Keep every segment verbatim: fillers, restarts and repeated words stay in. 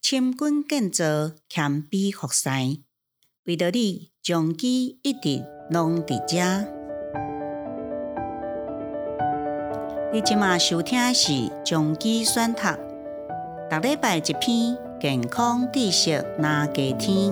深耕建造，谦卑服侍，为着你，将基一直拢伫遮。你即马收听的是将基选读，逐礼拜一篇健康知识拿加天。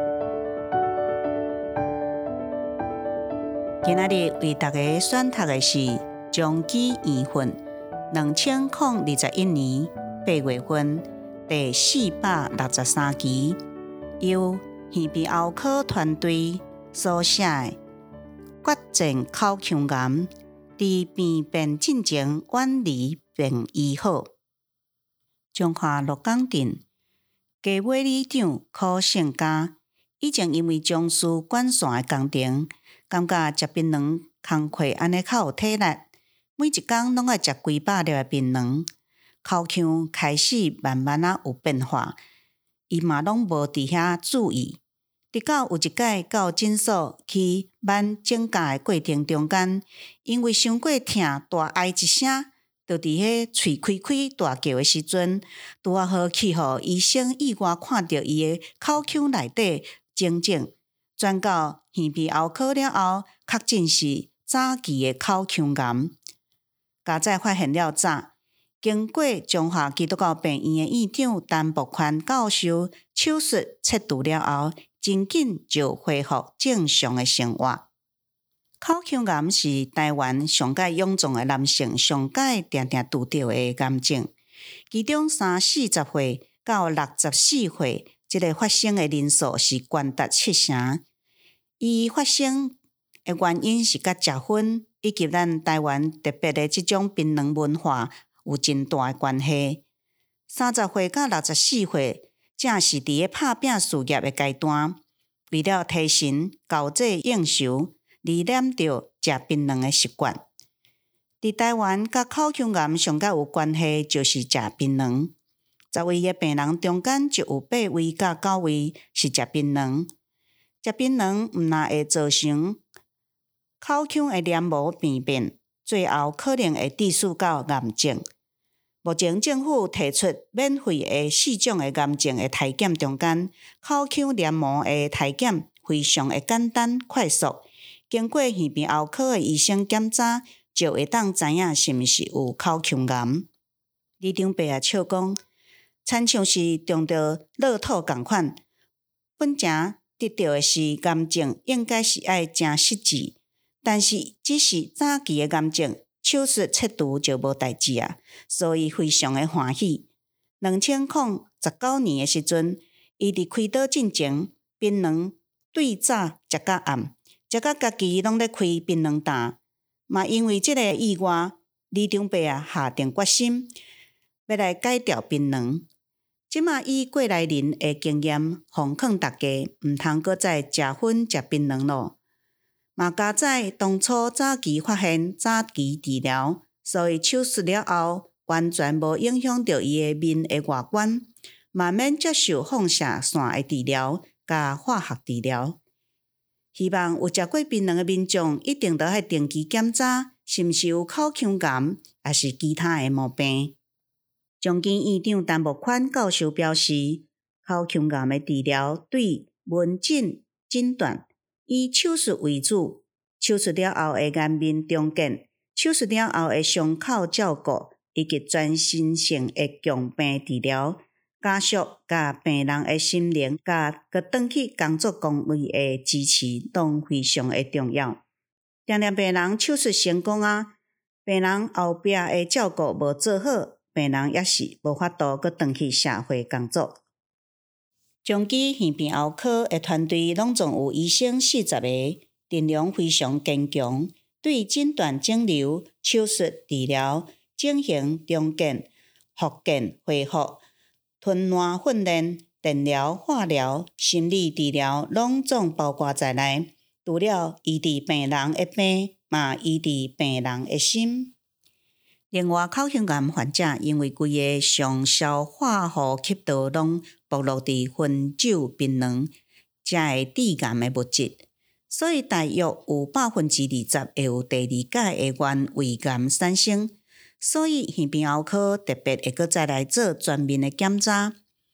今仔日为大家选读的是将基年份，两千零二十一年八月份第四百六十三期，由耳鼻喉科团队所写的决战口腔癌，伫病变进前远离并医好。中华鹿港镇家尾里长柯胜家，以前因为从事管线的工程，感觉食槟榔工课安尼较有体力，每一工拢爱食几百粒的槟榔，口腔开始慢慢啊有变化，伊嘛拢无伫遐注意。直到有一摆到诊所去挽指甲的过程中间，因为伤过疼，大哀一声，就伫迄喙开开大叫的时阵，拄啊好去互医生意外看到伊的口腔内底整整，转到耳鼻喉科了后，确诊是早期的口腔癌。加在发现了早，经过中华基督教病院的院长陈柏宽教授手术切除了後，真緊就恢復正常的生活。口腔癌是台灣上界臃腫的男性上界定定拄到的癌症，其中三四十歲到六十四歲，這個發生的人數是高達七成。伊發生的原因是甲食薰以及咱台灣特別的這種檳榔文化有真大的關係。三十歲到六十四歲，正是佇咧拍拼事業的階段，為了提神、校正應酬，而染着食檳榔的習慣。佇台灣甲口腔癌上較有關係，就是食檳榔。十位嘅病人中間就有八位到九位是食檳榔。食檳榔毋但會造成口腔的黏膜病變，最後可能會致使到癌症。目前政府提出免費的四種的癌症的體檢中間，口腔黏膜的體檢非常的簡單快速，經過耳鼻喉科的醫生檢查，就會當知影是毋是有口腔癌。李長伯也笑講，親像是中到樂透共款，本正得到的是癌症，應該是愛真實際，但是只是早期的癌症，手術切除就無代誌啊，所以非常的歡喜。兩千零十九年的時陣，伊佇開刀進前，檳榔對早食到暗，食到家己攏咧開檳榔檔，嘛因為這個意外，李長伯啊下定決心要來改掉檳榔。即馬以過來人的經驗，奉勸大家毋通閣再食薰食檳榔咯。嘛加在當初早期發現、早期治療，所以手術了後，完全無影響到伊的面的外觀，慢慢接受放射線的治療甲化學治療。希望有食過檳榔的民眾，一定都要定期檢查，是毋是有口腔癌，還是其他的毛病。將基院長陳柏寬教授表示，口腔癌的治療對門診診斷以手術為主，手術了後的顏面重建，手術了後的傷口照顧，以及全身性的強病治療，家屬甲病人的心靈甲佮轉去工作崗位的支持，都非常的重要。定定病人手術成功啊，病人後壁的照顧無做好，病人也是無法度佮轉去社會工作。將基耳鼻喉科的團隊攏總有醫生四十個，陣容非常堅強，對診斷腫瘤、手術治療、整形重建、復健恢復、吞嚢訓練、電療、化療、心理治療，攏總包括在內。除了醫治病人的病，嘛醫治病人的心。另外，口腔癌患者因為規個上消化道吸道攏暴露佇薰酒、檳榔這個致癌的物質，所以大約有百分之二十會有第二屆的原胃癌產生。所以耳鼻喉科特別會閣再來做全面的檢查。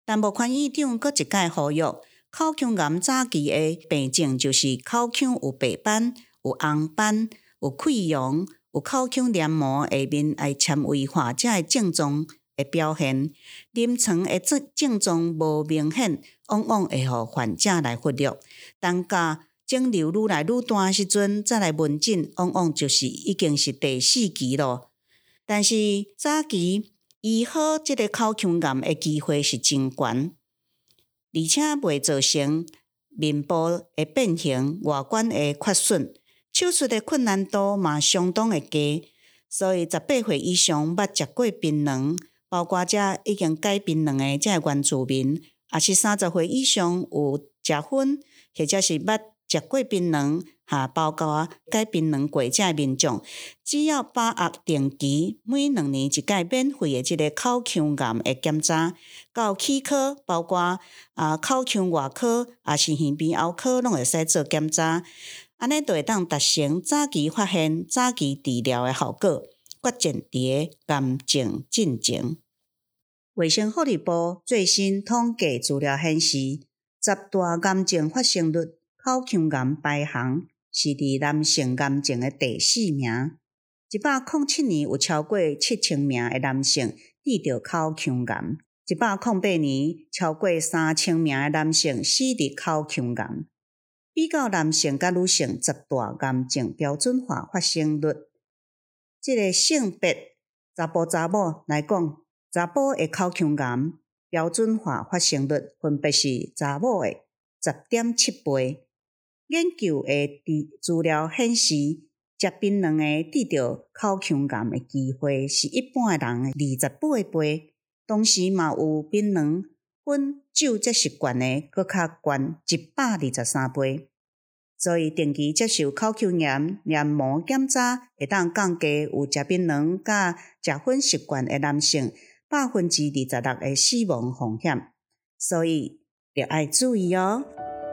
但木宽院长阁一概呼吁，口腔癌早期的病症就是口腔有白斑、有红斑、有溃疡、有口腔黏膜下面会纤维化，这的症状的表现。临床的症症状无明显，往往会互患者来忽略。等甲肿瘤愈来愈大时阵，再来问诊，往往就是已经是第四期咯。但是早期医好这个口腔癌的机会是真悬，而且袂造成面部的变形、外观的缺损，手术的困难度嘛相当的低。所以十八岁以上捌食过槟榔，包括这已经戒槟榔的这原住民，也是三十岁以上有食薰，或者是捌食过槟榔，哈，包括戒槟榔过这民众，只要把握定期每两年一届免费的这个口腔癌的检查，到齿科，包括啊口腔外科，也是耳鼻喉科，拢会使做检查，安尼就会当达成早期发现、早期治疗的效果，决战伫个癌症进前。卫生福利部最新统计资料显示，十大癌症发生率，口腔癌排行是伫男性癌症的第四名。一百零七年有超过七千名的男性得到口腔癌，一百零八年超过三千名的男性死伫口腔癌。比较男性甲女性十大癌症标准化发生率，这个性别查甫查某来讲，查甫的口腔癌标准化发生率分别是查某的十点七倍。研究的资料显示，食槟榔的得到口腔癌的机会是一般的人的二十八倍，同时嘛有槟榔、烟、酒这习惯的搁较悬一百二十三倍。所以定期接受口腔炎黏膜检查，会当降低有食槟榔甲食薰习惯的男性百分之二十六的死亡风险。所以要爱注意哦。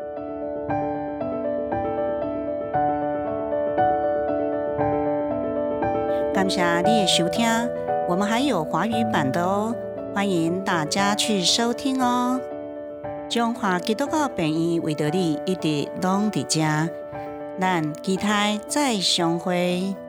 感谢你的收听，我们还有华语版的哦，欢迎大家去收听哦。中华基督教病院为着你一直拢伫遮，咱期待再相会。